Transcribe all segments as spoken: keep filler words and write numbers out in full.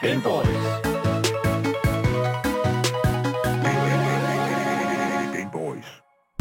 Game Boys. Game Boys.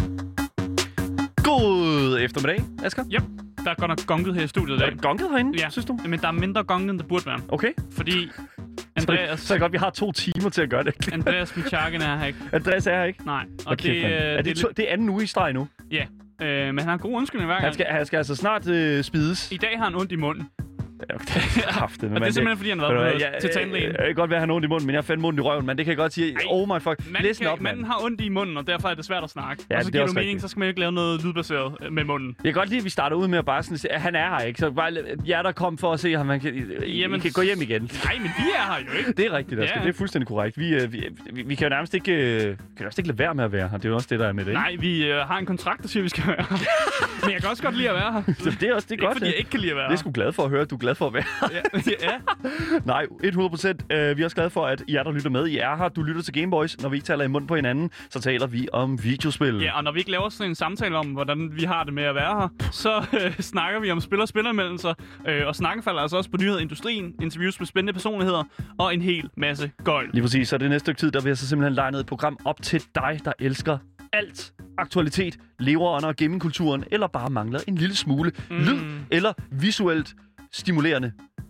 God eftermiddag, Asger. Yep, der er godt nok gonget her i studiet i Er dag. det gonget herinde, Ja, synes du? men der er mindre gonget, end der burde være. Okay. Fordi Så, Andreas, så er det godt, vi har to timer til at gøre det. Andreas Michakken er her ikke. Andreas er her ikke. Nej, og Okay, det, øh, er det, det, to, det er anden uge i streg nu. Ja, øh, men han har en god undskyldning hver gang. Han skal, han skal altså snart øh, spides. I dag har han ondt i munden. Ja, okay. Kraftigt, Og det er simpelthen, fordi han har været ja, til tandlægen. Det kan godt være, at han har ondt i munden, men jeg har fandme ondt i røven, men det kan jeg godt sige. Ej, oh my fuck. Manden, Listen op, manden har ondt i munden, og derfor er det svært at snakke. Ja, og så det er giver også det mening, rigtigt. så skal man jo ikke lave noget lydbaseret med munden. Jeg kan godt lide, at vi starter ud med at bare sådan sige, at han er her, ikke? Så bare jer, der kom for at se ham, han kan, Jamen, I kan gå hjem igen. Nej, men vi er her jo ikke. Det er rigtigt, Asger. Ja. Det er fuldstændig korrekt. Vi, øh, vi, vi, vi kan jo nærmest ikke, øh, kan nærmest ikke lade være med at være her. Det er jo også det, der er med det, ikke? Nej, vi øh, har en kontrakt, der siger, at vi skal være her. Men jeg kan også godt lide at være her. Så det er også det er Ikke godt. fordi jeg ikke kan lide at være Det er sgu glad for at høre, at du er glad for at være her. Ja, ja. Nej, hundrede procent. Øh, vi er også glade for, at I er der lytter med. I er her. Du lytter til Game Boys. Når vi ikke taler i munden på hinanden, så taler vi om videospil. Ja, og når vi ikke laver sådan en samtale om, hvordan vi har det med at være her, så øh, snakker vi om spil- og spillermeldelser. Øh, og snakken falder altså også på nyheder i industrien, interviews med spændende personligheder og en hel masse gøjl. Lige præcis. Så det næste stykke tid, der vil jeg så simpelthen lege et program op til dig, der elsker alt. Aktualitet, lever under gamingkulturen, eller bare mangler en lille smule mm. lyd, eller visuelt stimulerende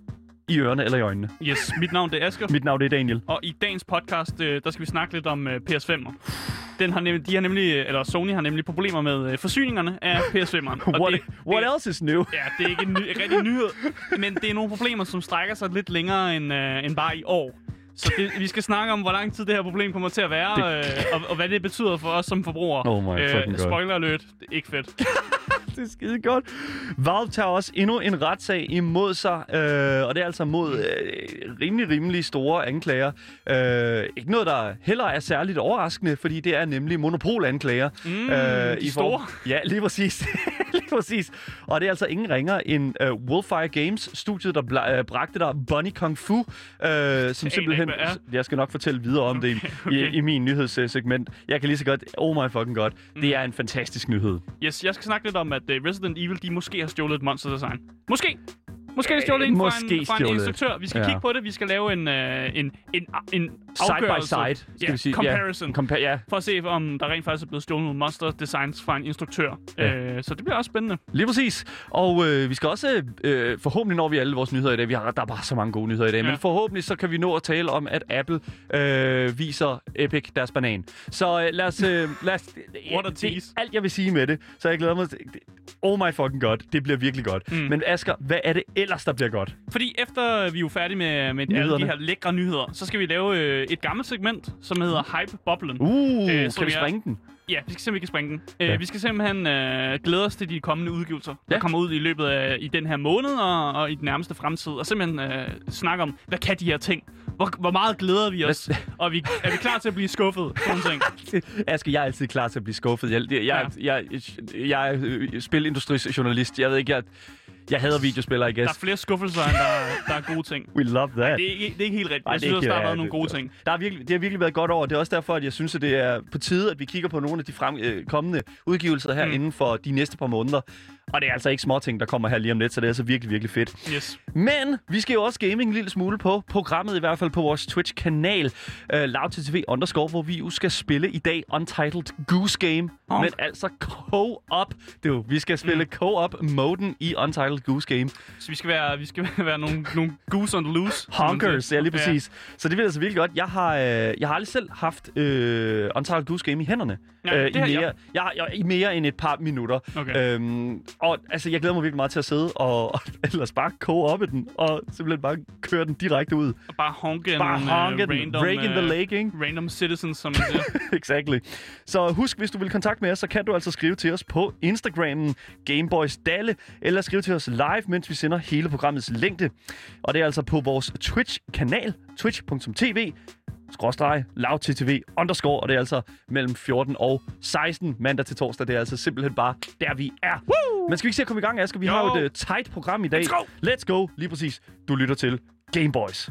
i ørerne eller i øjnene. Yes, mit navn det er Asger. Mit navn det er Daniel. Og i dagens podcast, øh, der skal vi snakke lidt om øh, P S fem'er. Den har nemlig, de har nemlig, eller Sony har nemlig problemer med øh, forsyningerne af P S fem'eren. What, det, what det, else is new? Ja, det er ikke en, ny, en rigtig nyhed, men det er nogle problemer, som strækker sig lidt længere end, øh, end bare i år. Så det, vi skal snakke om, hvor lang tid det her problem kommer til at være, øh, og, og hvad det betyder for os som forbrugere. Oh my fucking god. Spoiler alert, det er ikke fedt. Det er skide godt. Valve tager også endnu en retssag imod sig, øh, og det er altså mod øh, rimelig, rimelig store anklager. Øh, ikke noget, der heller er særligt overraskende, fordi det er nemlig monopolanklager. Mm, øh, de store? For... Ja, lige præcis. lige præcis. Og det er altså ingen ringer end øh, Wolfire Games, studiet, der bla- øh, bragte der Bunny Kung Fu, øh, som simpelthen... Ikke, jeg skal nok fortælle videre om okay, det i, okay. i, i min nyhedssegment. Jeg kan lige så godt... Oh my fucking god. Mm. Det er en fantastisk nyhed. Yes, jeg skal snakke lidt om, at uh, Resident Evil, de måske har stjålet et monster design. Måske! Måske har de stjålet en fra en, fra en instruktør. Vi skal ja. kigge på det. Vi skal lave en, uh, en, en, en afgørelse. Side by side, skal ja, vi sige. comparison. Ja, compa- ja. For at se, om der rent faktisk er blevet stjålet nogle monster designs fra en instruktør. Ja. Uh, så det bliver også spændende. Lige præcis. Og øh, vi skal også, øh, forhåbentlig når vi alle vores nyheder i dag. Vi har, der er bare så mange gode nyheder i dag. Ja. Men forhåbentlig så kan vi nå at tale om, at Apple øh, viser Epic deres banan. Så øh, lad os... Øh, lad os What a det, tease. alt jeg vil sige med det. Så jeg glæder mig til... Oh my fucking god. Det bliver virkelig godt. Mm. Men Asger, hvad er det ellers, der bliver godt? Fordi efter vi er jo færdige med, med alle de her lækre nyheder, så skal vi lave øh, et gammelt segment, som hedder Hype-boblen. Uh, øh, kan vi er, springe den? Ja, vi skal se, om vi kan springe den. Ja. Uh, vi skal simpelthen uh, glæde os til de kommende udgivelser, ja. der kommer ud i løbet af i den her måned og, og i den nærmeste fremtid. Og simpelthen uh, snakke om, hvad kan de her ting? Hvor, hvor meget glæder vi os? Og vi, er vi klar til at blive skuffet? Sådan ting. Asger, jeg er altid klar til at blive skuffet. Jeg, jeg, jeg, ja. jeg, jeg, jeg er spilindustrisjournalist. Jeg ved ikke, jeg... Jeg hader videospillere, I guess. Der er flere skuffelser, end der, der er gode ting. We love that. Nej, det, er ikke, det er ikke helt rigtigt. Jeg synes også, der har været nogle gode ting. Der er virkelig, det har virkelig været godt over. Det er også derfor, at jeg synes, at det er på tide, at vi kigger på nogle af de frem, øh, kommende udgivelser her mm. inden for de næste par måneder. Og det er altså ikke småting, der kommer her lige om lidt, så det er altså virkelig, virkelig fedt. Yes. Men vi skal jo også gaming en lille smule på programmet, i hvert fald på vores Twitch-kanal, uh, LoudTTV underscore, hvor vi jo skal spille i dag Untitled Goose Game, oh. men altså co-op. Du, vi skal spille mm. co-op-moden i Untitled Goose Game. Så vi skal være, vi skal være nogle, nogle goose on the loose. Honkers, ja, lige præcis. Ja. Så det bliver altså virkelig godt. Jeg har, øh, jeg har aldrig selv haft øh, Untitled Goose Game i hænderne. Ja, øh, i, mere, jeg. Jeg, jeg, I mere end et par minutter. Okay. Øhm, og altså, jeg glæder mig virkelig meget til at sidde og, og ellers bare co-oppe den, og simpelthen bare køre den direkte ud. Og bare honke bare nogle honke uh, den. random, Break in the lake, ikke? Random citizens, som man siger. Exactly. Så husk, hvis du vil kontakte med os, så kan du altså skrive til os på Instagrammen Gameboys Dalle, eller skrive til os live, mens vi sender hele programmets længde. Og det er altså på vores Twitch-kanal, twitch punktum tv, skråstreg, LoudTTV, underscore, og det er altså mellem fjorten og seksten mandag til torsdag. Det er altså simpelthen bare der, vi er. Woo! Men skal vi ikke se at komme i gang, Asger? Vi jo. har jo et uh, tight program i dag. Let's go! Let's go! Lige præcis. Du lytter til Game Boys.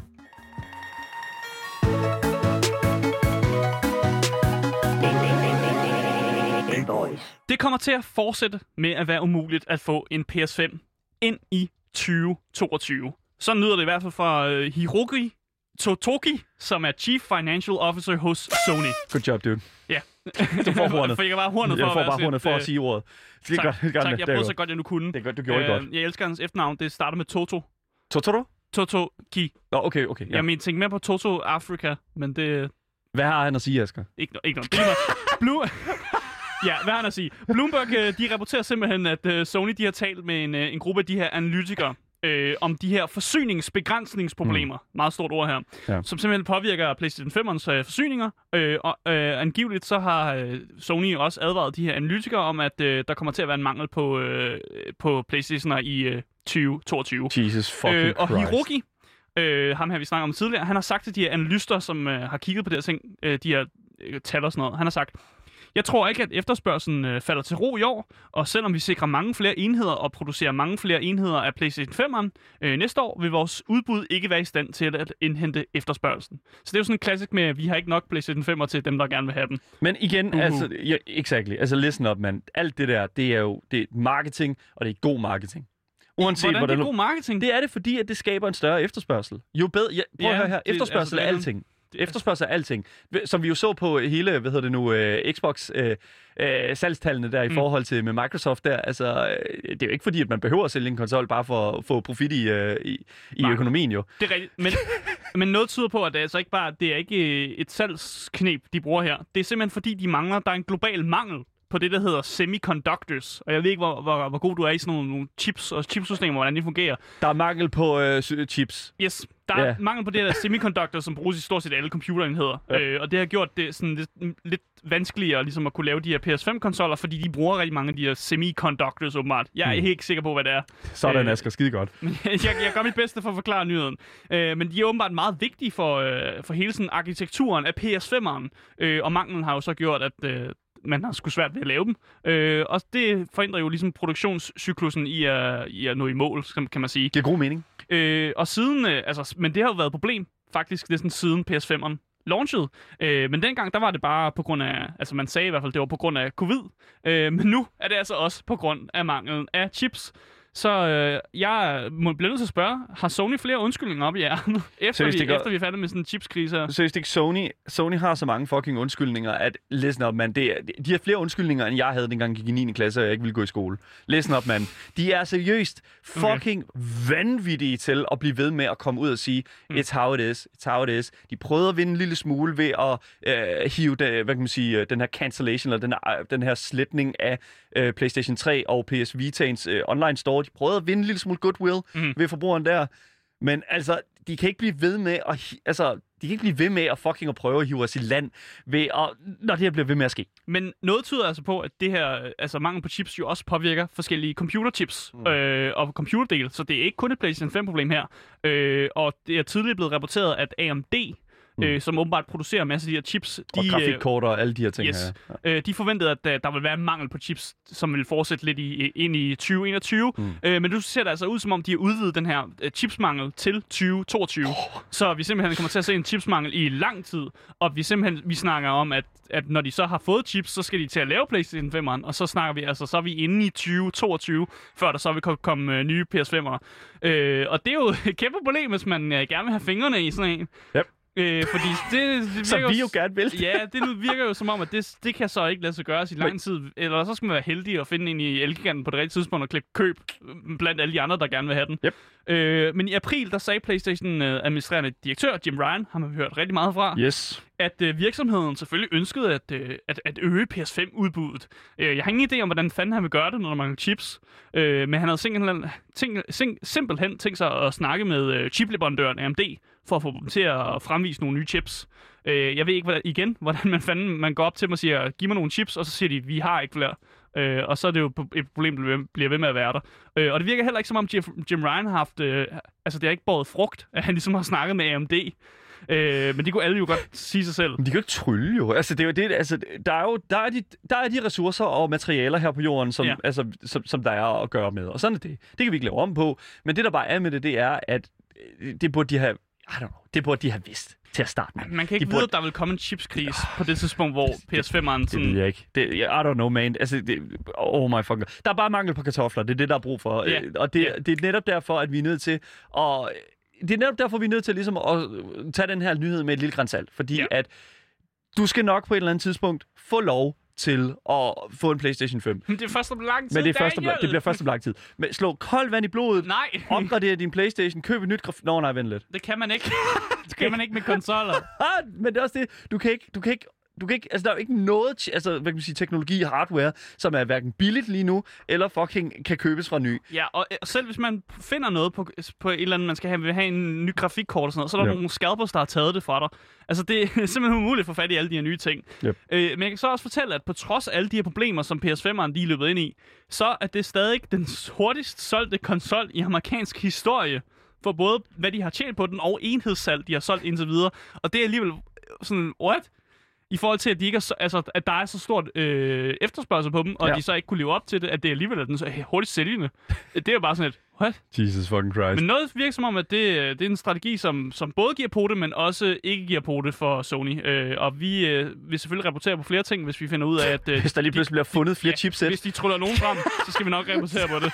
Game Boys. Det kommer til at fortsætte med at være umuligt at få en P S fem ind i tyve toogtyve. Så lyder det i hvert fald fra uh, Hiroki Totoki, som er Chief Financial Officer hos Sony. Good job, dude. Ja. Du får hornet. For jeg bare hornet for jeg får at bare hornet for at sige ordet. Det er tak, godt, det er tak. godt, Jeg prøvede så godt, jeg nu kunne. Det er godt, du gjorde det godt. Jeg elsker hans efternavn. Det starter med Toto. Totoro? Totoki. Nå, okay, okay. Ja. Jeg mener, tænk mere på Toto Africa, men det... Hvad har han at sige, Asger? Ikke, no- ikke noget. Det er lige meget. Blue... Ja, hvad har han at sige? Bloomberg, de rapporterer simpelthen, at Sony de har talt med en, en gruppe af de her analytikere øh, om de her forsyningsbegrænsningsproblemer, mm. meget stort ord her, ja. Som simpelthen påvirker PlayStation fem'ernes øh, forsyninger. Øh, og øh, angiveligt så har øh, Sony også advaret de her analytikere om, at øh, der kommer til at være en mangel på, øh, på PlayStation'er i øh, tyve toogtyve. Jesus fucking øh, og Christ. Hiroki, øh, ham her vi snakker om tidligere, han har sagt til de her analyster, som øh, har kigget på det her ting, øh, de her øh, tal og sådan noget, han har sagt: jeg tror ikke, at efterspørgselen øh, falder til ro i år, og selvom vi sikrer mange flere enheder og producerer mange flere enheder af PlayStation fem'eren øh, næste år, vil vores udbud ikke være i stand til at indhente efterspørgselen. Så det er jo sådan en klassik med, at vi har ikke nok PlayStation fem'er til dem, der gerne vil have dem. Men igen, uh-huh. altså, ja, exactly. Altså, listen up, man. Alt det der, det er jo det er marketing, og det er god marketing. Uanset hvordan, hvordan det er god marketing? Det er det, fordi at det skaber en større efterspørgsel. Jo bedre... Ja, prøv ja, at høre her. Efterspørgsel det, altså, er alting. Efterspørgsel er alting. Som vi jo så på hele, hvad hedder det nu, uh, Xbox uh, uh, salgstallene der i mm. forhold til med Microsoft der. Altså, uh, det er jo ikke fordi, at man behøver at sælge en konsol bare for at få profit i, uh, i, i økonomien jo. Det er rigtigt. Men, men noget tyder på, at det er altså ikke bare, det er ikke et salgsknep, de bruger her. Det er simpelthen fordi, de mangler, der er en global mangel på det, der hedder semiconductors. Og jeg ved ikke, hvor, hvor, hvor god du er i sådan nogle, nogle chips og chipsystemer, hvordan de fungerer. Der er mangel på øh, chips. Yes, der er yeah. mangel på det der semiconductors, som bruges i stort set alle computerenheder. Ja. Øh, og det har gjort det sådan lidt, lidt vanskeligere ligesom at kunne lave de her P S fem-konsoller, fordi de bruger rigtig mange af de her semiconductors åbenbart. Jeg er hmm. helt sikker på, hvad det er. Sådan, øh, Asger. Skide godt. jeg, jeg gør mit bedste for at forklare nyheden. Øh, men de er åbenbart meget vigtige for, øh, for hele sådan arkitekturen af P S fem'eren. Øh, og manglen har jo så gjort, at... Øh, man har sgu svært ved at lave dem. Øh, og det forhindrer jo ligesom produktionscyklusen i at, i at nå i mål, kan man sige. Det giver god mening. Øh, og siden, øh, altså, men det har jo været et problem, faktisk, næsten siden P S fem'eren launchet. Øh, men dengang, der var det bare på grund af, altså man sagde i hvert fald, det var på grund af covid. Øh, men nu er det altså også på grund af manglen af chips. Så øh, jeg må blive nødt til at spørge, har Sony flere undskyldninger op i ærmet, efter, vi, efter vi er færdige med sådan en chipskrise her? Seriøst ikke, Sony, Sony har så mange fucking undskyldninger, at listen up, man, det, de har flere undskyldninger, end jeg havde, dengang jeg gik i niende klasse, og jeg ikke ville gå i skole. Listen up, man. De er seriøst fucking okay. vanvittige til at blive ved med at komme ud og sige, mm. it's how it is, it's how it is. De prøvede at vinde en lille smule ved at øh, hive det, hvad kan man sige, den her cancellation, eller den her, den her sletning af øh, PlayStation tre og P S Vita'ens øh, online store. De prøvede at vinde en lille smule goodwill mm. ved forbrugeren der. Men altså, de kan ikke blive ved med at, altså, de kan ikke blive ved med at fucking at prøve at hive os i land, ved at, når det her bliver ved med at ske. Men noget tyder altså på, at det her, altså mangel på chips jo også påvirker forskellige computerchips mm. øh, og computerdele, så det er ikke kun et PlayStation fem-problem her. Øh, og det er tidligere blevet rapporteret, at A M D, Mm. Øh, som åbenbart producerer en masse af de her chips. Og de, grafikkort og alle de her ting yes, her. Ja. Øh, de forventede, at uh, der vil være en mangel på chips, som vil fortsætte lidt i, ind i tyve enogtyve. Mm. Øh, men nu ser det altså ud, som om de har udvidet den her uh, chipsmangel til tyve toogtyve. Oh. Så vi simpelthen kommer til at se en chipsmangel i lang tid. Og vi simpelthen vi snakker om, at, at når de så har fået chips, så skal de til at lave PlayStation fem'eren. Og så snakker vi altså, så er vi inde i tyve toogtyve, før der så vil komme uh, nye P S fem'ere. Øh, og det er jo et kæmpe problem, hvis man uh, gerne vil have fingrene i sådan en. Yep. Øh, fordi det, det virker så vi jo gerne vil. Ja, det virker jo som om, at det, det kan så ikke lade sig gøre i lang tid. Eller så skal man være heldig og finde en i Elgiganten på det rigtige tidspunkt og klikke køb blandt alle de andre, der gerne vil have den. Yep. Øh, men i april, der sagde PlayStation-administrerende direktør Jim Ryan, har man hørt rigtig meget fra, yes. at øh, virksomheden selvfølgelig ønskede at, øh, at, at øge P S fem-udbuddet. Øh, jeg har ingen idé om, hvordan fanden han vil gøre det, når der mangler chips. Øh, men han havde simpelthen, ting, sim, simpelthen tænkt sig at snakke med øh, chipleverandøren A M D, for at få dem til at fremvise nogle nye chips. Øh, jeg ved ikke hvordan, igen, hvordan man fanden man går op til dem og siger, giv mig nogle chips, og så siger de, vi har ikke flere. Øh, og så er det jo et problem, der bliver ved med at være der. Øh, og det virker heller ikke som om Jim Ryan har haft, øh, altså det har ikke båret frugt, at han ligesom har snakket med A M D. Øh, men det kunne alle jo godt sige sig selv. Men de kan jo ikke trylle jo. Altså, det er jo det, altså, der er jo der er de, der er de ressourcer og materialer her på jorden, som, ja. altså, som, som der er at gøre med. Og sådan er det. Det kan vi ikke lave om på. Men det, der bare er med det, det er, at det burde de have, I don't know, det burde de have vidst til at starte med. Man kan ikke de vide, burde... at der vil komme en chipskrise på det tidspunkt, hvor P S fem'eren sådan... Det ved jeg ikke. Det, I don't know, man. Altså, det, oh my fucking... Der er bare mangel på kartofler. Det er det, der er brug for. Yeah. Og det, yeah. det er netop derfor, at vi er nødt til at... det er netop derfor, vi er nødt til ligesom at tage den her nyhed med et lille gran salt. Fordi ja. at du skal nok på et eller andet tidspunkt få lov til at få en PlayStation fem. Men det er først om lang tid, Men det, er først om, det bliver først om lang tid. Men slå koldt vand i blodet. Nej. Opgradere din PlayStation. Køb et nyt graf... Nå, nej, vent lidt. Det kan man ikke. Det kan man ikke med konsoller. Men det er også det. Du kan ikke... Du kan ikke Du kan ikke, altså der er jo ikke noget, altså hvad kan man sige, teknologi og hardware, som er hverken billigt lige nu, eller fucking kan købes fra ny. Ja, og selv hvis man finder noget på, på et eller andet, man skal have, vil have en ny grafikkort og sådan noget, så er der ja. nogle scalpers, der har taget det fra dig. Altså det er simpelthen umuligt at få fat i alle de her nye ting. Yep. Øh, men jeg kan så også fortælle, at på trods af alle de her problemer, som P S fem'eren de er løbet ind i, så er det stadig den hurtigst solgte konsol i amerikansk historie, for både hvad de har tjent på den, og enhedssalg, de har solgt indtil videre. Og det er alligevel sådan, what? I forhold til, at, de ikke er så, altså, at der er så stort øh, efterspørgsel på dem, og ja. de så ikke kunne leve op til det, at det alligevel er den så hurtigt sælgende. Det er jo bare sådan et, what? Jesus fucking Christ. Men noget virker som om, at det, det er en strategi, som, som både giver på det, men også ikke giver på det for Sony. Øh, og vi øh, vil selvfølgelig rapportere på flere ting, hvis vi finder ud af, at... Øh, hvis der lige pludselig de, bliver fundet flere ja, chipsæt. Hvis de tryller nogen frem, så skal vi nok rapportere på det.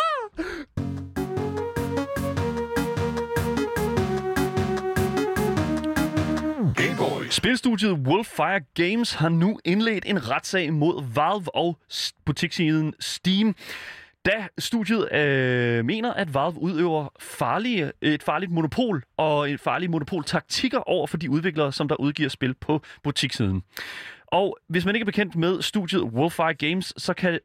Spilstudiet Wolfire Games har nu indledt en retssag mod Valve og butikssiden Steam, da studiet øh, mener, at Valve udøver farlige, et farligt monopol og en farlig monopoltaktikker over for de udviklere, som der udgiver spil på butikssiden. Og hvis man ikke er bekendt med studiet Wolfire Games, så kan,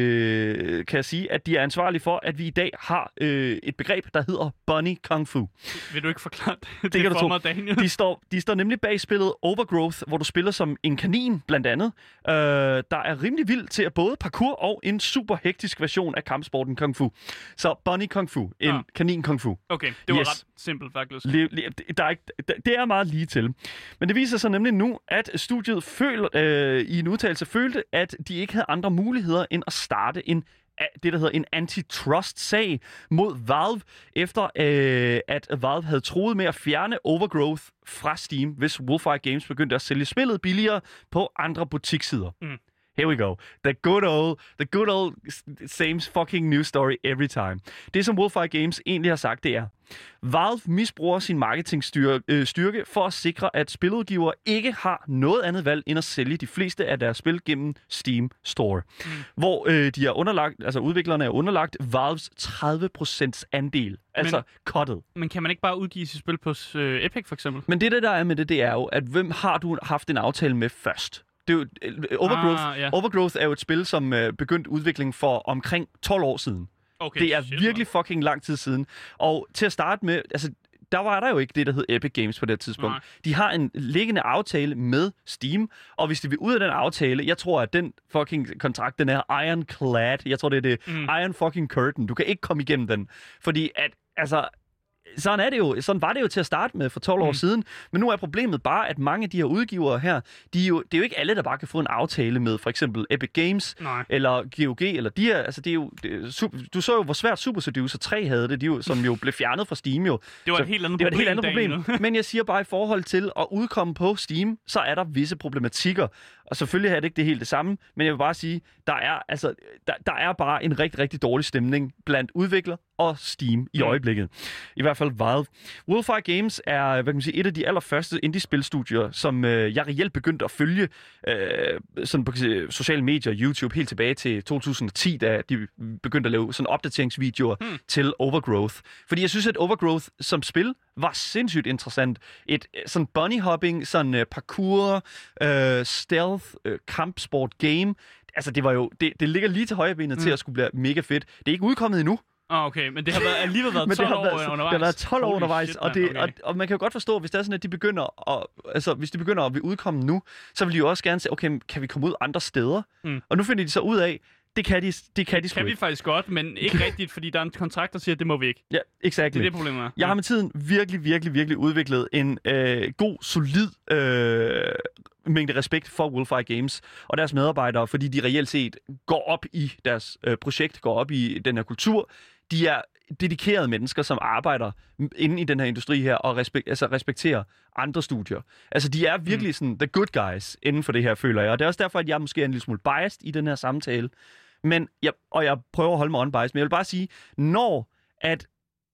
øh, kan jeg sige, at de er ansvarlige for, at vi i dag har øh, et begreb, der hedder Bunny Kung Fu. Vil du ikke forklare det, det, det det for mig, Daniel? De står, de står nemlig bag spillet Overgrowth, hvor du spiller som en kanin, blandt andet, øh, der er rimelig vild til at både parkour og en super hektisk version af kampsporten Kung Fu. Så Bunny Kung Fu, en ah. kanin Kung Fu. Okay, det var yes. ret simpelt faktisk. Le, le, der er ikke, det er meget lige til. Men det viser sig nemlig nu, at studiet føler, øh, i en udtalelse følte, at de ikke havde andre muligheder end at starte en det, der hedder en antitrust-sag mod Valve, efter øh, at Valve havde troet med at fjerne Overgrowth fra Steam, hvis Wolfire Games begyndte at sælge spillet billigere på andre butikssider. Mm. Here we go. The good old, the good old same fucking news story every time. Det, som Wolfire Games egentlig har sagt, det er, Valve misbruger sin marketingstyrke for at sikre, at spiludgivere ikke har noget andet valg end at sælge de fleste af deres spil gennem Steam Store. Mm. Hvor øh, de er underlagt, altså udviklerne er underlagt Valves tredive procent andel. Altså men, cuttet. Men kan man ikke bare udgive sit spil på øh, Epic for eksempel? Men det, der er med det, det er jo, at hvem har du haft en aftale med først? Det er jo, Overgrowth, ah, yeah. Overgrowth er jo et spil, som øh, begyndte udvikling for omkring tolv år siden. Okay, det er shit, virkelig man. fucking lang tid siden. Og til at starte med, altså, der var der jo ikke det, der hed Epic Games på det tidspunkt. Nej. De har en liggende aftale med Steam, og hvis de vil ud af den aftale, jeg tror, at den fucking kontrakt, den er ironclad. Jeg tror, det er det mm. iron fucking curtain. Du kan ikke komme igennem den. Fordi at, altså... Sådan er det jo. Sådan var det jo til at starte med for tolv mm. år siden. Men nu er problemet bare, at mange af de her udgivere her, de er jo, det er jo ikke alle, der bare kan få en aftale med for eksempel Epic Games, Nej. eller G O G, eller de her, altså det er jo, det er, du så jo, hvor svært Super Seducer tre havde det, de jo, som jo blev fjernet fra Steam jo. Det var så, et helt andet det problem. Det var et helt andet problem. Men jeg siger bare, i forhold til at udkomme på Steam, så er der visse problematikker. Og selvfølgelig er det ikke det helt det samme, men jeg vil bare sige, der er, altså, der, der er bare en rigtig, rigtig dårlig stemning blandt udviklere og Steam i øjeblikket. I hvert fald Valve. Wolfire Games er, hvad kan man sige, et af de allerførste indie-spilstudier, som øh, jeg reelt begyndte at følge øh, sådan på sociale medier, YouTube, helt tilbage til to tusind og ti, da de begyndte at lave sådan opdateringsvideoer hmm. til Overgrowth. Fordi jeg synes, at Overgrowth som spil var sindssygt interessant. Et sådan bunny-hopping, sådan uh, parkour, uh, stealth, uh, kampsport game. Altså, det var jo, det, det ligger lige til højrebenet mm. til at skulle blive mega fedt. Det er ikke udkommet endnu. Ah, okay, men det har været, alligevel været tolv år undervejs. Det har været tolv år undervejs, shit, og, det, okay. og, og man kan jo godt forstå, hvis det er sådan, at de begynder at, altså, hvis de begynder at udkomme nu, så vil de jo også gerne se, okay, kan vi komme ud andre steder? Mm. Og nu finder de så ud af, det kan de, det kan de sgu kan vi ikke. faktisk godt, men ikke rigtigt, fordi der er en kontrakt, der siger, at det må vi ikke. Ja, exakt. Det er det problemet er. Jeg har med tiden virkelig, virkelig, virkelig udviklet en øh, god, solid øh, mængde respekt for Wolfire Games og deres medarbejdere, fordi de reelt set går op i deres øh, projekt, går op i den her kultur. De er dedikerede mennesker, som arbejder inde i den her industri her og respek- altså respekterer andre studier. Altså, de er virkelig mm. sådan the good guys inden for det her, føler jeg. Og det er også derfor, at jeg måske er en lille smule biased i den her samtale. Men jeg, og jeg prøver at holde mig unbiased, men jeg vil bare sige, når at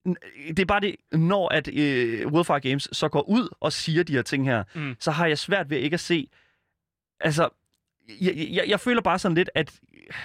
det er bare det, når at øh, Wildfire Games så går ud og siger de her ting her, mm. så har jeg svært ved ikke at se... Altså, jeg, jeg, jeg føler bare sådan lidt, at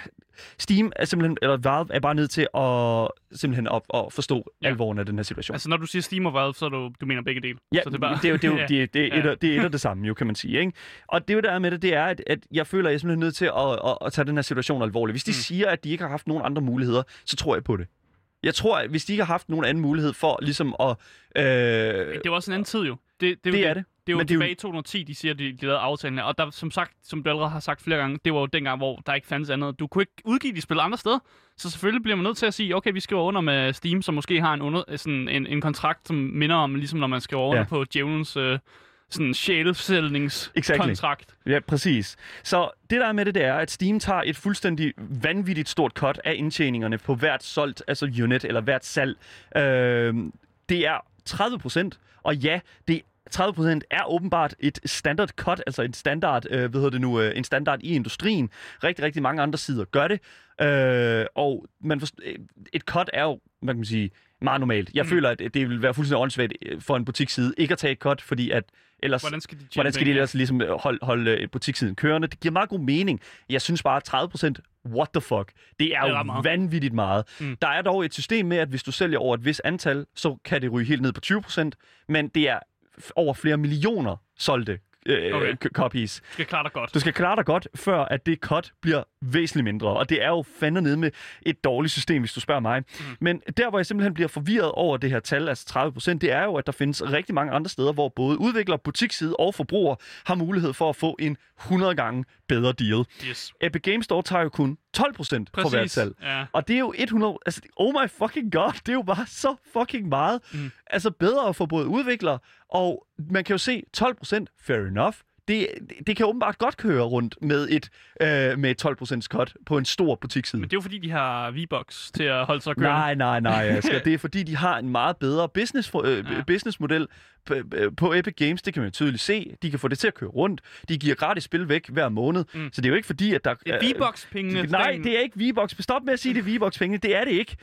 Steam er simpelthen, eller Valve er bare nødt til at simpelthen op og forstå ja. alvoren af den her situation. Altså, når du siger Steam og Valve, så du, du mener begge dele. Ja, så det, er bare... det er jo, det er jo det, det er et, det er et af det samme, jo, kan man sige. Ikke? Og det er jo der med det, det er, at, at jeg føler, at jeg er simpelthen nødt til at, at, at tage den her situation alvorligt. Hvis de mm. siger, at de ikke har haft nogen andre muligheder, så tror jeg på det. Jeg tror, at hvis de ikke har haft nogen anden mulighed for ligesom at... Øh... Det var også en anden tid, jo. Det, det, det er det. Det er jo Men tilbage jo... i to tusind og ti, de siger, de, de lavede aftalen her. Og der, som sagt, som du allerede har sagt flere gange, det var jo dengang, hvor der ikke fandtes andet. Du kunne ikke udgive de spil andre steder. Så selvfølgelig bliver man nødt til at sige, okay, vi skriver under med Steam, som måske har en, under, sådan en, en kontrakt, som minder om, ligesom når man skriver under ja. på djævelens øh, sådan sjælesælgningskontrakt. Exactly. Ja, præcis. Så det der er med det, det er, at Steam tager et fuldstændig vanvittigt stort cut af indtjeningerne på hvert solgt, altså unit, eller hvert salg. Øh, det er tredive procent, og ja, det tredive procent er åbenbart et standard cut, altså en standard, øh, hvad hedder det nu, øh, en standard i industrien. Rigtig, rigtig mange andre sider gør det. Øh, og man forst- et cut er jo, man kan sige, meget normalt. Jeg mm. føler, at det vil være fuldstændig åndssvagt for en butiksside ikke at tage et cut, fordi at ellers... Hvordan skal de, hvordan skal de ellers ligesom holde, holde butikssiden kørende? Det giver meget god mening. Jeg synes bare, at tredive procent, what the fuck? Det er, det er jo meget. vanvittigt meget. Mm. Der er dog et system med, at hvis du sælger over et vis antal, så kan det ryge helt ned på tyve procent, men det er over flere millioner solgte øh, okay. copies. Du skal klare dig godt. Du skal klare dig godt, før at det cut bliver væsentligt mindre. Og det er jo fandme nede med et dårligt system, hvis du spørger mig. Mm. Men der, hvor jeg simpelthen bliver forvirret over det her tal, altså tredive procent, det er jo, at der findes rigtig mange andre steder, hvor både udviklere, butiksside og forbrugere har mulighed for at få en hundrede gange bedre deal. Yes. Epic Games Store tager jo kun tolv procent for hvert salg. Ja. Og det er jo hundrede... Altså, oh my fucking god, det er jo bare så fucking meget. Mm. Altså bedre for både udviklere, og man kan jo se tolv procent, fair enough. Det, det kan åbenbart godt køre rundt med et, øh, med et tolv procent cut på en stor butiksside. Men det er jo fordi, de har V-Bucks til at holde sig kørende. Nej, nej, nej, Asger. Det er fordi, de har en meget bedre business, øh, ja. businessmodel på, på Epic Games. Det kan man jo tydeligt se. De kan få det til at køre rundt. De giver gratis spil væk hver måned. Mm. Så det er jo ikke fordi, at der... Det er V-Bucks-pengene. Øh, nej, det er ikke V-Bucks. Stop med at sige, det er V-Bucks-pengene. Det er det ikke.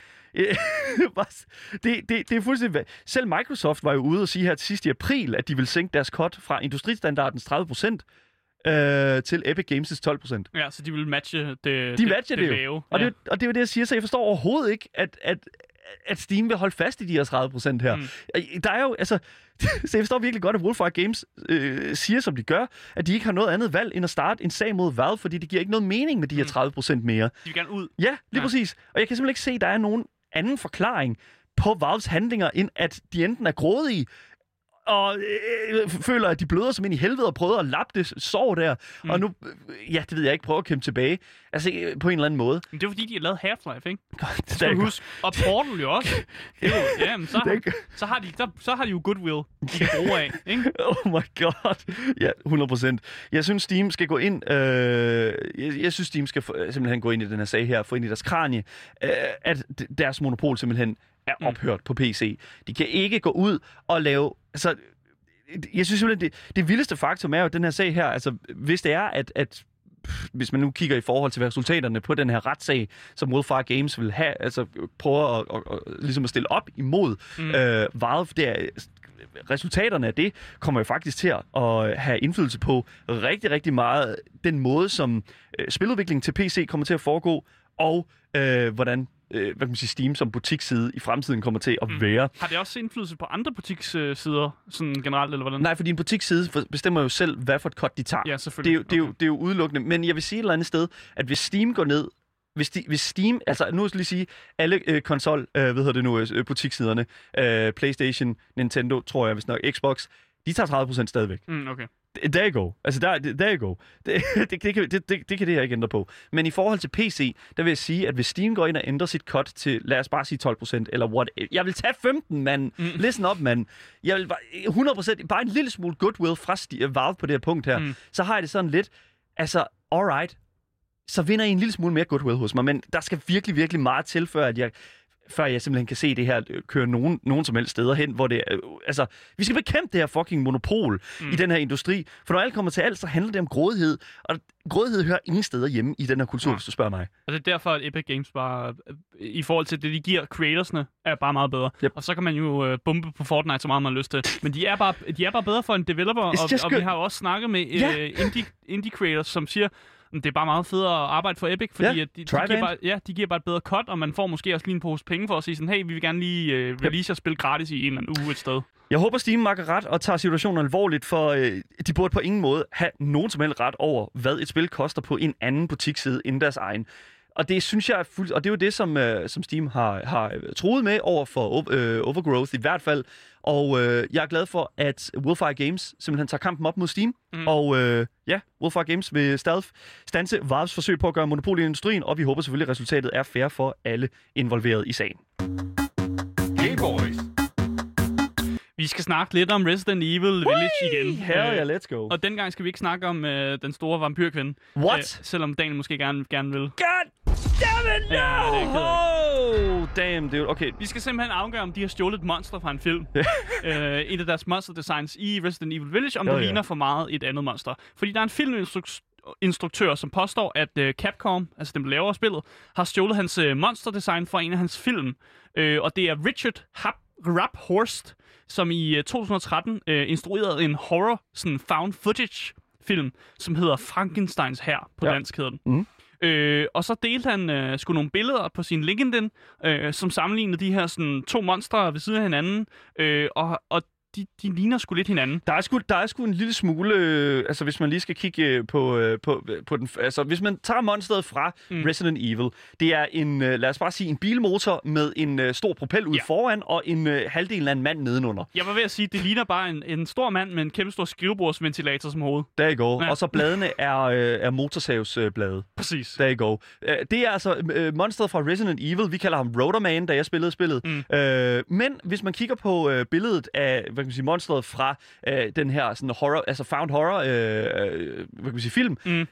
det, det, det er fuldstændig... Selv Microsoft var jo ude og sige her til sidst i april, at de vil sænke deres cut fra industristandardens tredive procent øh, til Epic Games' tolv procent. Ja, så de vil matche det, de matcher det, det, det jo. lave. Og, ja. det, og det er jo det, jeg siger, så jeg forstår overhovedet ikke, at, at, at Steam vil holde fast i de her tredive procent her. Mm. Der er jo, altså... Så jeg forstår virkelig godt, at Wildfire Games øh, siger, som de gør, at de ikke har noget andet valg, end at starte en sag mod Valve, fordi det giver ikke noget mening med de her tredive procent mere. De vil gerne ud. Ja, lige ja. præcis. Og jeg kan simpelthen ikke se, at der er nogen anden forklaring på Valves handlinger, end at de enten er grådige, og øh, føler, at de bløder som ind i helvede, og prøver at lappe det sår der. Mm. Og nu, øh, ja, det ved jeg ikke, prøver at kæmpe tilbage. Altså, øh, på en eller anden måde. Men det er fordi, de har lavet Half-Life, ikke? Det skal du huske. Og Portal jo også. Det er jo, jamen, så, har, så, har de, så, så har de jo goodwill, de kan bruge af, ikke? Oh my god. Ja, hundrede procent. Jeg synes, Steam skal gå ind... Øh, jeg, jeg synes, Steam skal få, simpelthen gå ind i den her sag her, få ind i deres kranie, øh, at deres monopol simpelthen er ophørt mm. på P C. De kan ikke gå ud og lave... Altså, jeg synes simpelthen, det, det vildeste faktum er jo den her sag her, altså hvis det er, at, at hvis man nu kigger i forhold til resultaterne på den her retssag, som Wildfire Games vil have, altså prøver at, at, at, ligesom at stille op imod mm. øh, Valve, det er, resultaterne af det kommer jo faktisk til at have indflydelse på rigtig, rigtig meget den måde, som øh, spiludviklingen til P C kommer til at foregå, og øh, hvordan hvad kan man sige, Steam som butiksside i fremtiden kommer til at være. Mm. Har det også indflydelse på andre butikssider sådan generelt, eller hvordan? Nej, fordi en butiksside bestemmer jo selv, hvad for et cut de tager. Ja, selvfølgelig. Det er, jo, det, er jo, det er jo udelukkende. Men jeg vil sige et eller andet sted, at hvis Steam går ned, hvis, de, hvis Steam, altså nu vil jeg lige sige, alle øh, konsol, øh, hvad hedder det nu, øh, butikssiderne, øh, PlayStation, Nintendo, tror jeg, hvis nok, Xbox, de tager tredive procent stadigvæk. Mm, okay. There you go. Altså, der, there you go. Det, det, det, det, det, det kan det her ikke ændre på. Men i forhold til P C, der vil jeg sige, at hvis Steam går ind og ændrer sit cut til, lad os bare sige tolv procent, eller what, jeg vil tage femten, mand. Mm. Listen up, mand. Jeg vil bare, hundrede procent, bare en lille smule goodwill fra St- Valve på det her punkt her, mm. så har jeg det sådan lidt, altså, alright, så vinder jeg en lille smule mere goodwill hos mig, men der skal virkelig, virkelig meget til, før at jeg før jeg simpelthen kan se det her køre nogen, nogen som helst steder hen, hvor det er, altså, vi skal bekæmpe det her fucking monopol mm. i den her industri, for når alt kommer til alt, så handler det om grådighed, og grådighed hører ingen steder hjemme i den her kultur, ja. Hvis du spørger mig. Og det er derfor, at Epic Games bare, i forhold til det, de giver creatorsne, er bare meget bedre. Yep. Og så kan man jo uh, bombe på Fortnite så meget, man har lyst til. Men de er bare, de er bare bedre for en developer, og, og vi har jo også snakket med uh, yeah. indie, indie creators, som siger, det er bare meget federe at arbejde for Epic, fordi yeah. de, de, giver bare, ja, de giver bare et bedre cut, og man får måske også lige en pose penge for at sige sådan, hey, vi vil gerne lige uh, release og spille gratis i en eller anden uge et sted. Jeg håber, Steam makker ret og tager situationen alvorligt, for øh, de burde på ingen måde have nogen som helst ret over, hvad et spil koster på en anden butiksside end deres egen. Og det synes jeg er fuld... Og det er jo det, som, øh, som Steam har, har troet med over for øh, Overgrowth i hvert fald. Og øh, jeg er glad for, at Willfire Games simpelthen tager kampen op mod Steam. Mm. Og øh, ja, Willfire Games vil stealth stanse Valves forsøg på at gøre monopol i industrien, og vi håber selvfølgelig, at resultatet er fair for alle involveret i sagen. Game Boys. Vi skal snakke lidt om Resident Evil Village igen. Hell yeah, let's go. Og dengang skal vi ikke snakke om øh, den store vampyrkvinde. What? Øh, selvom Daniel måske gerne, gerne vil. God damn it, no! Ja, det er oh, damn, dude. Okay. Vi skal simpelthen afgøre, om de har stjålet et monster fra en film. øh, et af deres monster designs i Resident Evil Village, om oh, det yeah. ligner for meget et andet monster. Fordi der er en filminstruktør, som påstår, at øh, Capcom, altså dem, der laver spillet, har stjålet hans øh, monsterdesign fra en af hans film. Øh, og det er Richard Hap Raphorst, som i uh, to tusind og tretten uh, instruerede en horror, sådan found footage film, som hedder Frankensteins hær på ja. dansk hedder den. Mm. Øh, og så delte han uh, sgu nogle billeder på sin LinkedIn, uh, som sammenlignede de her sådan, to monstre ved siden af hinanden, uh, og, og de, de ligner sgu lidt hinanden. Der er sgu, der er sgu en lille smule, øh, altså hvis man lige skal kigge på, øh, på, på den, altså hvis man tager monsteret fra mm. Resident Evil, det er en, øh, lad os bare sige, en bilmotor med en øh, stor propel ud ja. foran, og en øh, halvdel af en mand nedenunder. Jeg var ved at sige, det ligner bare en, en stor mand med en kæmpe stor skrivebordsventilator som hoved. Der I go. Ja. Og så bladene er, øh, er motorsavsblade. Øh, Præcis. Der I go. Øh, det er altså øh, monsteret fra Resident Evil, vi kalder ham Rotorman, da jeg spillede spillet. Mm. Øh, men hvis man kigger på øh, billedet af, hvad kan man sige, monsteret fra øh, den her sådan horror, altså found horror, øh, øh, hvad kan man sige, film, mm.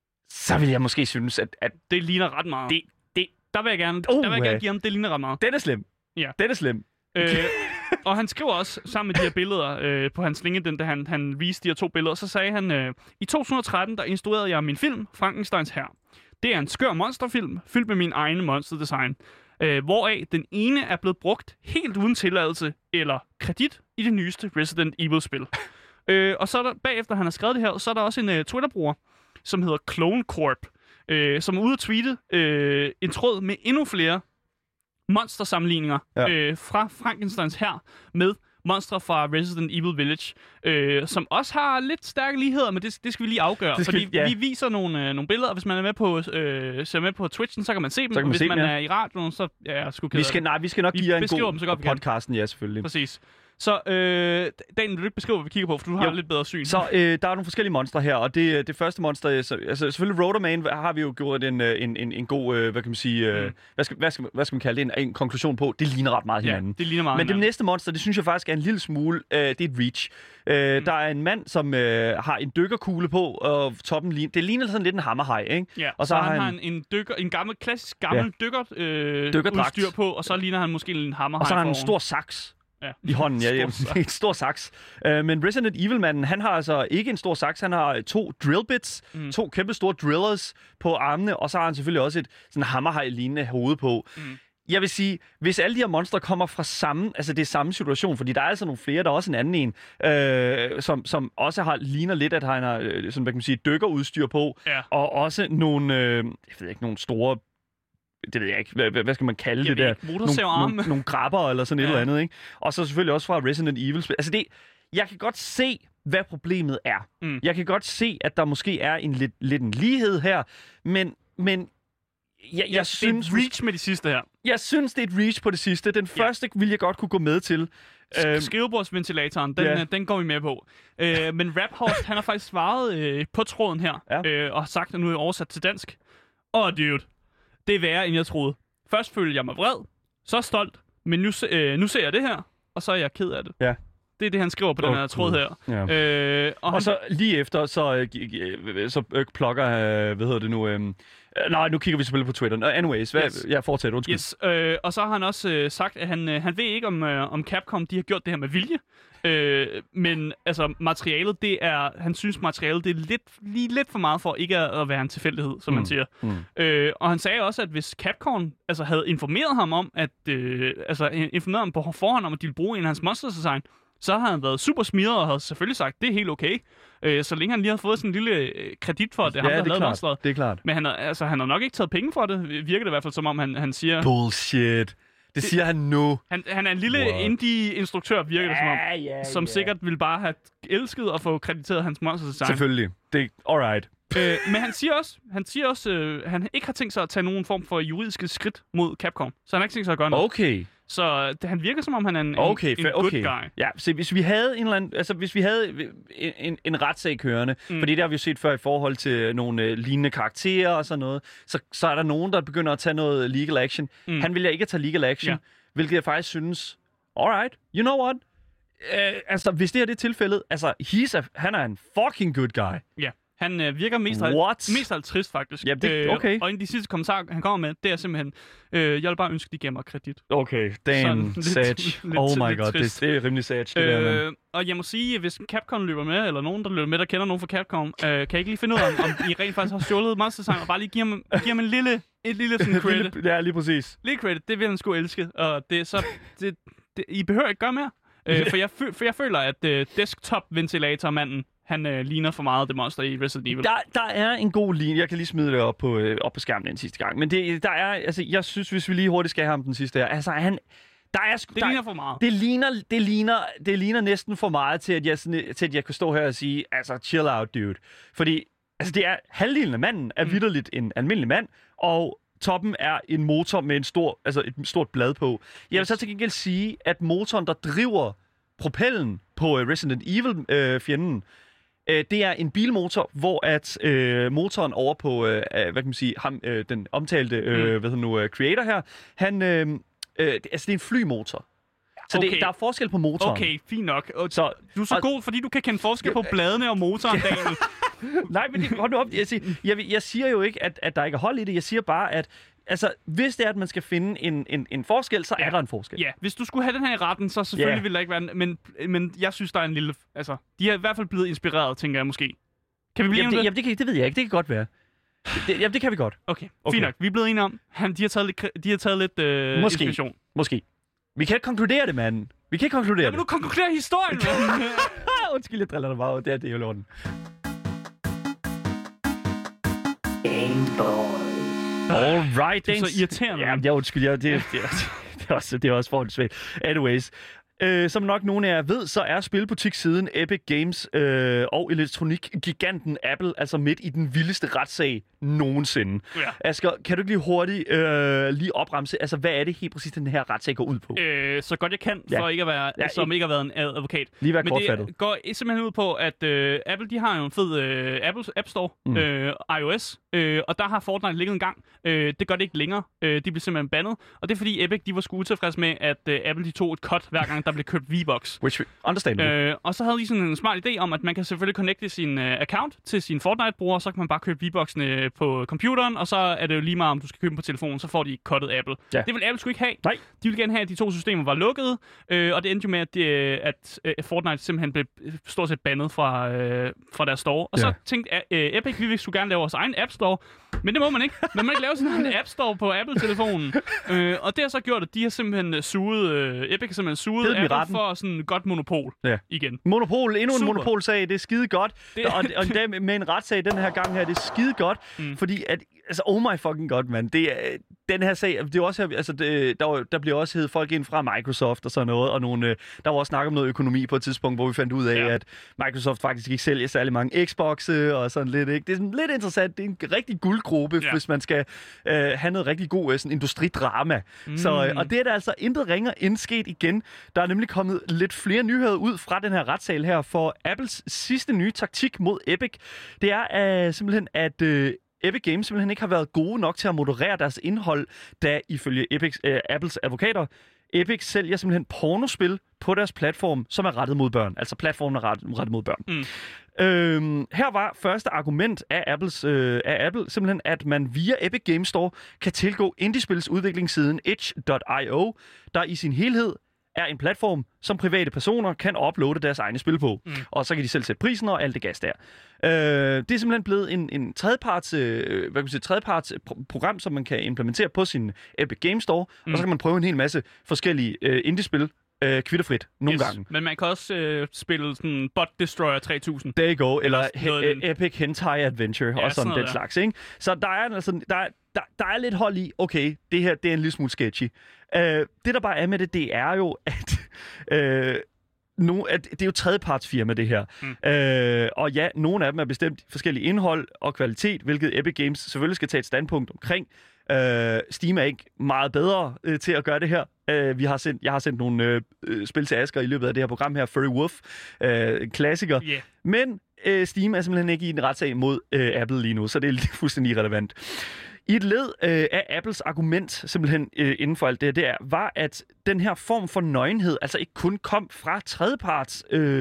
så vil jeg måske synes, at, at det ligner ret meget. Det, det, der vil jeg gerne, uh, der vil jeg gerne give ham, det ligner ret meget. Den er slem. Ja. Den er slem. Øh, og han skriver også sammen med de her billeder øh, på hans LinkedIn, da han, han viste de her to billeder, så sagde han, øh, i to tusind og tretten, der instruerede jeg min film, Frankensteins hær. Det er en skør monsterfilm, fyldt med min egen monsterdesign. Øh, hvoraf den ene er blevet brugt helt uden tilladelse eller kredit i det nyeste Resident Evil-spil. øh, og så er der, bagefter han har skrevet det her, så er der også en uh, Twitter-bruger, som hedder Clone Corp, øh, som er ude at tweete øh, en tråd med endnu flere monstersammenligninger ja. øh, fra Frankensteins hær med monstre fra Resident Evil Village, øh, som også har lidt stærke ligheder, men det, det skal vi lige afgøre. Skal, fordi ja. vi viser nogle, øh, nogle billeder, og hvis man er med på, øh, ser med på Twitchen, så kan man se dem, kan man og hvis se man dem, ja. ja. er i radioen, så ja, jeg skulle vi skal, nej, vi skal nok vi give jer en god dem så godt, podcasten, ja, selvfølgelig. Præcis. Så øh, Daniel, vil du ikke beskrive, hvad vi kigger på, for du har jo. lidt bedre syn. Så øh, der er nogle forskellige monstre her, og det, det første monster, så, altså selvfølgelig Rotorman har vi jo gjort en, en, en, en god, øh, hvad kan man sige, øh, mm. hvad, skal, hvad, skal, hvad skal man kalde det, en, en konklusion på, det ligner ret meget hinanden. Ja, det ligner meget Men hinanden. det næste monster, det synes jeg faktisk er en lille smule, øh, det er et Reach. Øh, mm. Der er en mand, som øh, har en dykkerkugle på, og toppen ligner, det ligner sådan lidt en hammerhaj, ikke? Ja, og så, så han har han en, dykker, en gammel, klassisk gammel ja. dykker, øh, udstyr på, og så ligner han måske en hammerhaj. Og så har han en foran. stor saks. Ja. I hånden, ja. Jamen, en stor saks. Uh, men Resident Evil-manden, han har altså ikke en stor saks, han har to drill bits, mm. to kæmpe store drillers på armene, og så har han selvfølgelig også et sådan hammerhaj-lignende hoved på. Mm. Jeg vil sige, hvis alle de her monstre kommer fra samme, altså det er samme situation, fordi der er altså nogle flere, der er også en anden en, øh, som, som også har, ligner lidt, at han har øh, sådan, hvad kan man sige, dykkerudstyr på, ja. Og også nogle, øh, jeg ved ikke, nogle store, det ved jeg ikke, hvad, hvad skal man kalde jeg det der? Nogle, nogle, nogle grabber eller sådan et ja. eller andet, ikke? Og så selvfølgelig også fra Resident Evil. Altså det, jeg kan godt se, hvad problemet er. Mm. Jeg kan godt se, at der måske er en lidt, lidt en lighed her, men, men jeg, jeg ja, synes... Det er et reach med de sidste her. Jeg synes, det er et reach på det sidste. Den ja. første vil jeg godt kunne gå med til. Sk- Skrivebordsventilatoren, den, yeah. den går vi med på. Øh, men Raphorst, han har faktisk svaret øh, på tråden her, ja. øh, og sagt, at nu er jeg oversat til dansk. Åh, oh, dude. Det er værre, end jeg troede. Først følte jeg mig vred, så stolt, men nu, øh, nu ser jeg det her, og så er jeg ked af det. Ja. Det er det, han skriver på oh, den her tråd her. Ja. Øh, og og han... så lige efter, så, øh, så øh, plukker, øh, hvad hedder det nu, øh, Uh, nej, nu kigger vi selvfølgelig på Twitter. Uh, anyways, hvad, Yes. jeg fortsætter, undskyld. Yes, øh, og så har han også øh, sagt, at han, øh, han ved ikke, om, øh, om Capcom de har gjort det her med vilje. Øh, men altså, materialet, det er... Han synes, materialet det er lidt, lige lidt for meget for ikke at, at være en tilfældighed, som mm. man siger. Mm. Øh, og han sagde også, at hvis Capcom altså, havde informeret ham om, at... Øh, altså, informeret ham på forhånd om, at de ville bruge en af hans monsters design, så har han været super smiret og havde selvfølgelig sagt, det er helt okay. Øh, så længe han lige har fået sådan en lille øh, kredit for, at det er ja, ham, der har lavet klart. monsteret. Det er klart. Men han har, altså, han har nok ikke taget penge for det, virker det i hvert fald, som om han, han siger... Bullshit. Det siger han nu. Han, han er en lille What? indie-instruktør, virker det som om, Ja, ja, som ja. sikkert ville bare have elsket at få krediteret hans monster design. Selvfølgelig. Det er alright. øh, men han siger også, han siger også, øh, han ikke har tænkt sig at tage nogen form for juridiske skridt mod Capcom. Så han har ikke tænkt sig at gøre noget. Okay. Så det, han virker som om han er en, Okay, en, en fa- good okay. guy. Ja, så hvis vi havde en eller anden, altså hvis vi havde en, en, en retssag kørende, mm. fordi det har vi jo set før i forhold til nogle øh, lignende karakterer og sådan noget, så, så er der nogen, der begynder at tage noget legal action. Mm. Han vil jeg ikke tage legal action, ja. Hvilket jeg faktisk synes, alright, you know what? Uh, altså, hvis det her det er tilfældet, altså, he's a, han er en fucking good guy. Ja. Han øh, virker mest, What? mest alt trist, faktisk. Ja, det, okay. Øh, og en af de sidste kommentarer, han kommer med, det er simpelthen, øh, jeg vil bare ønske, de gav mig kredit. Okay, damn, lidt, sad. lidt, Oh my lidt god, det, det er rimelig sad, det øh, der, man. Og jeg må sige, hvis Capcom løber med, eller nogen, der løber med, der kender nogen fra Capcom, øh, kan I ikke lige finde ud af, om, om I rent faktisk har stjålet Monster Design, og bare lige give ham, give ham en lille, et lille sådan credit. Ja, lige præcis. Lige credit, det vil han sgu elske, og det er så, det, det, I behøver ikke gøre mere. Øh, for, jeg fø- for jeg føler, at øh, desktop-ventilator-manden, han øh, ligner for meget det monster i Resident Evil. Der, der er en god linje. Jeg kan lige smide det op på, øh, op på skærmen den sidste gang. Men det, der er, altså, jeg synes, hvis vi lige hurtigt skal have ham den sidste her. Altså, han... Der er sku, det der, ligner for meget. Det ligner, det, ligner, det ligner næsten for meget til, at jeg, sådan, til, at jeg kan stå her og sige, altså, chill out, dude. Fordi, altså, det er halvdelen af manden er mm. vitterligt en almindelig mand, og toppen er en motor med en stor, altså et stort blad på. Jeg vil så til gengæld sige, at motoren, der driver propellen på Resident Evil-fjenden, øh, øh, det er en bilmotor, hvor at øh, motoren over på, øh, hvad kan man sige, ham, øh, den omtalte øh, mm. hvad nu, øh, creator her, han, øh, øh, det, altså det er en flymotor. Så okay. det, der er forskel på motoren. Okay, fint nok. Og så, du er så og, god, fordi du kan kende forskel på bladene og motoren, Daniel. Nej, men det, hold nu op. Jeg siger, jeg, jeg siger jo ikke, at, at der ikke er hold i det. Jeg siger bare, at altså, hvis det er, at man skal finde en, en, en forskel, så ja. er der en forskel. Ja, hvis du skulle have den her i retten, så selvfølgelig yeah. ville der ikke være en, men, men jeg synes, der er en lille... Altså, de er i hvert fald blevet inspireret, tænker jeg måske. Kan vi blive jamen, det? Jamen, det, kan, det ved jeg ikke. Det kan godt være. Det, jamen, det kan vi godt. Okay, okay. Fint nok. Vi er blevet enige om, han, de har taget lidt, de har taget lidt øh, måske. inspiration. Måske. Vi kan ikke konkludere det, mand. Vi kan ikke konkludere ja, det. Men du konkluderer historien, mand. Undskyld, jeg driller dig bare. Det er det, jeg laver den. All right, det er så irriterende. Ja, det er undskyld. Ja, det, det, det, det, er også, det er også forholdsvægt. Anyways. Øh, som nok nogle af jer ved, så er spilbutikssiden Epic Games øh, og elektronikgiganten Apple altså midt i den vildeste retssag nogensinde. Ja. Asger, kan du ikke lige hurtigt øh, lige opremse, altså hvad er det helt præcis, den her retssag går ud på? Øh, så godt jeg kan, for ja. ikke at være, ja, som ikke har været en advokat. Lige være Men kortfattet. det går simpelthen ud på, at øh, Apple, de har jo en fed øh, Apple App Store, mm. øh, iOS, øh, og der har Fortnite ligget en gang. Øh, det gør det ikke længere. Øh, de blev simpelthen bandet, og det er fordi Epic, de var sgu utilfredse med, at øh, Apple, de tog et cut hver gang, der blev købt V-Bucks. Which understandable. Øh, og så havde de sådan en smart idé om, at man kan selvfølgelig connecte sin uh, account til sin Fortnite-bruger, så kan man bare købe V-Bucks'ene på computeren, og så er det jo lige meget, om du skal købe dem på telefonen, så får de cuttet Apple. Ja. Det vil Apple sgu ikke have. Nej. De ville gerne have, at de to systemer var lukkede, øh, og det endte jo med, at, det, at uh, Fortnite simpelthen blev stort set bandet fra, uh, fra deres store. Og ja. så tænkte uh, Epic, vi vil sgu gerne lave vores egen App Store, men det må man ikke. Man må ikke lave sådan en App Store på Apple-telefonen. øh, og det har så gjort, at de har simpelthen suget, uh, Epic har simpelthen suget Apple for sådan et godt monopol ja. igen. Monopol, endnu Super. en monopolsag, det er skide godt. Det... Og, og det med en retssag den her gang her, det er skide godt, mm. fordi at, altså, oh my fucking god, man. Det er, den her sag, det er også her, altså, det, der, der bliver også heddet folk ind fra Microsoft og sådan noget, og nogle, der var også snak om noget økonomi på et tidspunkt, hvor vi fandt ud af, ja. at Microsoft faktisk ikke sælger særlig mange Xbox'e og sådan lidt, ikke? Det er sådan lidt interessant, det er en rigtig guldgruppe, ja. hvis man skal øh, have noget rigtig god sådan industridrama. Mm. Så, og det er der altså intet ringer indsket igen. Der er nemlig kommet lidt flere nyheder ud fra den her retssal her, for Apples sidste nye taktik mod Epic, det er uh, simpelthen, at uh, Epic Games simpelthen ikke har været gode nok til at moderere deres indhold, da ifølge Epics, uh, Apples advokater, Epic sælger simpelthen pornospil på deres platform, som er rettet mod børn. Altså platformen er rettet, rettet mod børn. Mm. Øhm, her var første argument af, Apples, øh, af Apple simpelthen, at man via Epic Games Store kan tilgå indiespils udviklingssiden itch punktum io, der i sin helhed er en platform, som private personer kan uploade deres egne spil på. Mm. Og så kan de selv sætte prisen og alt det gas der. Øh, det er simpelthen blevet en, en tredjeparts, øh, hvad kan man sige, tredjeparts pro- program, som man kan implementere på sin Epic Games Store, mm. og så kan man prøve en hel masse forskellige øh, indiespil øh, kvitterfrit nogle yes. gange. Men man kan også øh, spille sådan Bot Destroyer tre tusind. There you go, eller he- Epic Hentai Adventure ja, og sådan, sådan den slags, ikke? Så der er altså der er, der, der er lidt hold i, okay, det her det er en lille smule sketchy. Uh, det der bare er med det, det er jo, at, uh, no, at det er jo tredjepartsfirma, det her. Mm. Uh, og ja, nogle af dem er bestemt forskellige indhold og kvalitet, hvilket Epic Games selvfølgelig skal tage et standpunkt omkring. Uh, Steam er ikke meget bedre uh, til at gøre det her. Uh, vi har sendt, jeg har sendt nogle uh, spil til Asger i løbet af det her program her, Furry Wolf, uh, en klassiker. Yeah. Men uh, Steam er simpelthen ikke i en retssag mod uh, Apple lige nu, så det er fuldstændig irrelevant. I et led øh, af Apples argument simpelthen øh, inden for alt det, det er, var, at den her form for nøgenhed altså ikke kun kom fra tredjeparts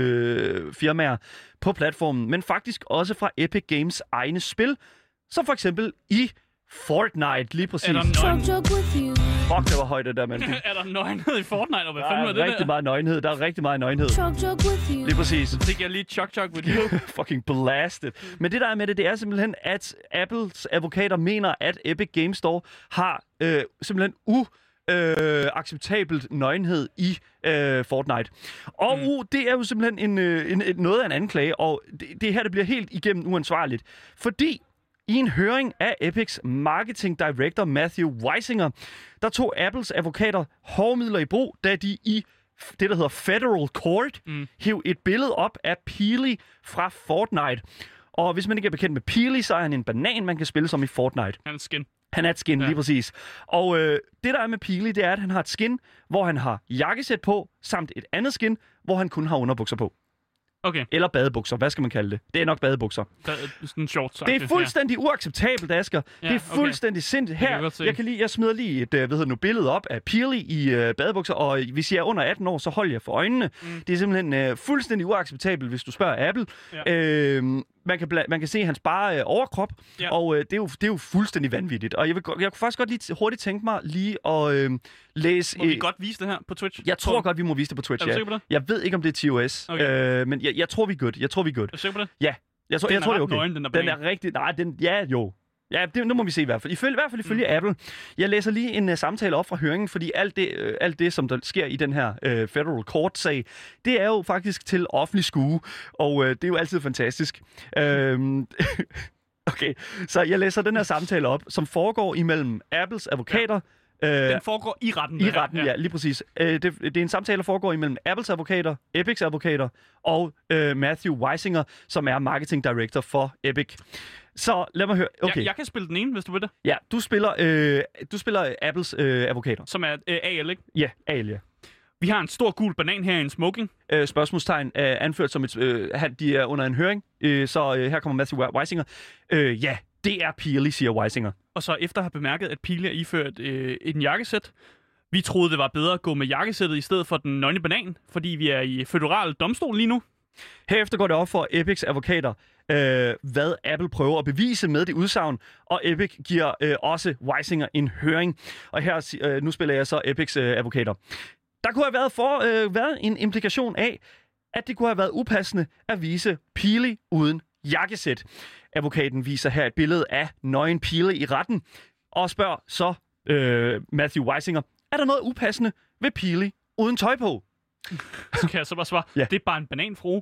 øh, firmaer på platformen, men faktisk også fra Epic Games egne spil, som for eksempel i Fortnite, lige præcis. Er der nøgen? Fuck, det var højt det der, mand. Er der nøgenhed i Fortnite, og hvad fanden var det der? Der er rigtig der? meget nøgenhed. Der er rigtig meget nøgenhed. Lige præcis. Så fik jeg lige chok chok with you. Fucking blasted. Men det der er med det, det er simpelthen, at Apples advokater mener, at Epic Games Store har øh, simpelthen u... Øh, acceptabelt nøgenhed i øh, Fortnite. Og mm. uh, det er jo simpelthen en, øh, en, en, noget af en anklage, og det, det her det bliver helt igennem uansvarligt. Fordi i en høring af Epics marketing director Matthew Weisinger, der tog Apples advokater hårde midler i brug, da de i det, der hedder Federal Court, mm. hæv et billede op af Peely fra Fortnite. Og hvis man ikke er bekendt med Peely, så er han en banan, man kan spille som i Fortnite. Han er skin. Han er et skin, ja. Lige præcis. Og øh, det, der er med Peely, det er, at han har et skin, hvor han har jakkesæt på, samt et andet skin, hvor han kun har underbukser på. Okay. Eller badebukser, hvad skal man kalde det? Det er nok badebukser. Sådan shorts. Det er fuldstændig ja. uacceptabelt, Asger. Ja, det er fuldstændig okay. sindssygt. Her, jeg, jeg kan lige, jeg smider lige et, hvad hedder nu, billede op af Peely i uh, badebukser, og hvis jeg er under atten år, så hold jeg for øjnene. Mm. Det er simpelthen uh, fuldstændig uacceptabelt, hvis du spørger Apple. Ja. Uh, man, kan bla- man kan se hans bare uh, overkrop, ja. og uh, det, er jo, det er jo fuldstændig vanvittigt. Og jeg, vil, jeg kunne faktisk godt lige hurtigt tænke mig lige at uh, læse... Må vi uh, godt vise det her på Twitch? Jeg tror godt, vi må vise det på Twitch, er du sikker på det? Jeg ved ikke, om det er T O S, okay. uh, men jeg, jeg tror, vi er good. Jeg tror, vi er good. Er du sikker på det? Ja. Jeg tror, den jeg tror, er det er okay. Nøgen, den, den er rigtig... Nej, den... Ja, jo. Ja, det, nu må vi se i hvert fald. Ifølge, I hvert fald ifølge mm. Apple. Jeg læser lige en uh, samtale op fra høringen, fordi alt det, uh, alt det som der sker i den her uh, Federal Court-sag, det er jo faktisk til offentlig skue, og uh, det er jo altid fantastisk. Uh, okay, så jeg læser den her samtale op, som foregår imellem Apples advokater. Ja. Den foregår i retten. I retten, ja. ja, lige præcis. Uh, det, det er en samtale, der foregår imellem Apples advokater, Epics advokater og uh, Matthew Weisinger, som er marketing director for Epic. Så lad mig høre. Okay. Jeg, jeg kan spille den ene, hvis du vil det. Ja, du spiller, øh, du spiller Apples øh, advokater. Som er øh, A L, ikke? Ja, A L, ja. Vi har en stor gul banan her i en smoking. Øh, spørgsmålstegn er anført som et... Øh, de er under en høring, øh, så øh, her kommer Matthew Weisinger. Øh, ja, det er Peely, siger Weisinger. Og så efter at have bemærket, at Peely er iført øh, en jakkesæt. Vi troede, det var bedre at gå med jakkesættet i stedet for den nøgne banan, fordi vi er i føderal domstol lige nu. Herefter går det op for Epics advokater, øh, hvad Apple prøver at bevise med det udsagn, og Epic giver øh, også Weisinger en høring. Og her, øh, nu spiller jeg så Epics øh, advokater. Der kunne have været, for, øh, været en implikation af, at det kunne have været upassende at vise Peely uden jakkesæt. Advokaten viser her et billede af nøgen Peely i retten, og spørger så øh, Matthew Weisinger, er der noget upassende ved Peely uden tøj på? Så kan jeg så bare svare, ja. Det er bare en bananfrue.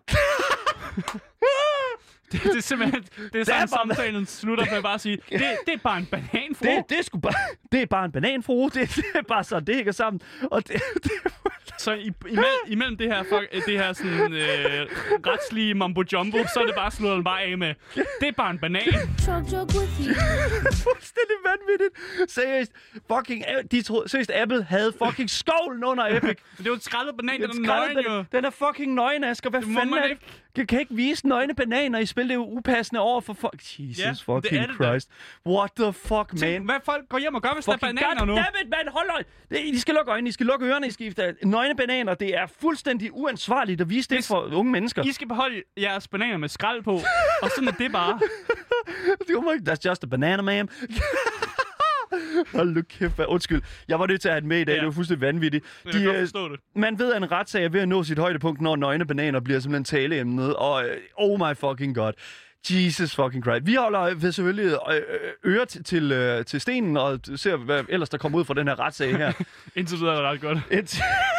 det, det er simpelthen, det er sådan, samtalen slutter med at bare sige, det, det er bare en bananfrue. Det, det, er sgu bare, det er bare en bananfrue. Det, det er bare så, det hænger sammen. Og det, det, så i, imellem, imellem det her, det her sådan, øh, retslige mambo-jumbo, så er det bare slået bare af med, det er bare en banan. Fuldstændig vanvittigt. Seriøst, fucking, de troede, seriøst, Apple havde fucking skovlen under Epic. Det var en skrællet banan, den er nøgen jo. Den er fucking nøgen, Asger. Hvad det fanden er det? Kan, kan ikke vise nøgne bananer i spil, det er jo upassende over for folk. Jesus yeah, fucking det Christ. Da. What the fuck, man? Tænk, hvad folk går hjem og gør, hvis fucking der er bananer nu? Goddammit, man, hold øje. I skal lukke øjnene, I skal lukke ørerne, I skal nøgne nøgne bananer. Det er fuldstændig uansvarligt at vise det Hvis- for unge mennesker. I skal beholde jeres bananer med skrald på, og sådan er det bare. Oh my, that's just a banana, man. Hold nu kæft, hvad- undskyld. Jeg var nødt til at have det med i dag, Ja. det var fuldstændig vanvittigt. Jeg kan De, godt øh, forstå det. man ved, at en retssag er ved at nå sit højdepunkt, når nøgne bananer bliver simpelthen taleemnet. Og øh, oh my fucking god. Jesus fucking Christ. Vi holder øh, selvfølgelig øh, øre til, til, øh, til stenen og ser, hvad ellers der kommer ud fra den her retssag her. Indtil videre er det ret godt. Et...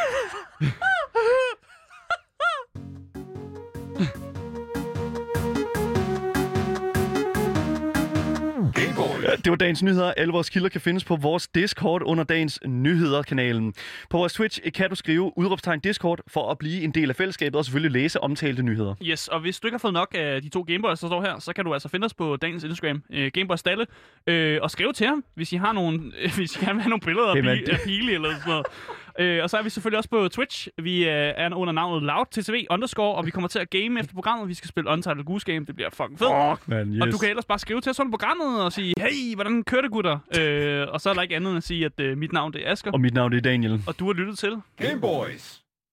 Gameboys. Ja, det var dagens nyheder. Alle vores kilder kan findes på vores Discord under dagens nyheder-kanalen. På vores Twitch kan du skrive udråbstegn Discord for at blive en del af fællesskabet og selvfølgelig læse omtalte nyheder. Yes, og hvis du ikke har fået nok af de to Gameboys, der står her, så kan du altså finde os på dagens Instagram, øh, Gameboys Dalle, øh, og skrive til ham, hvis I har nogle, øh, hvis I gerne vil have nogle billeder af, Det er Bi- af Pili eller sådan noget. Øh, og så er vi selvfølgelig også på Twitch. Vi øh, er under navnet LoudTTV underscore, og vi kommer til at game efter programmet. Vi skal spille Untitled Goose Game. Det bliver fucking fedt. Fuck, man, yes. Og du kan ellers bare skrive til os under programmet og sige, hey, hvordan kører det, gutter? Øh, og så er der ikke andet end at sige, at øh, mit navn det er Asger, Og mit navn er Daniel. og du har lyttet til Gameboys.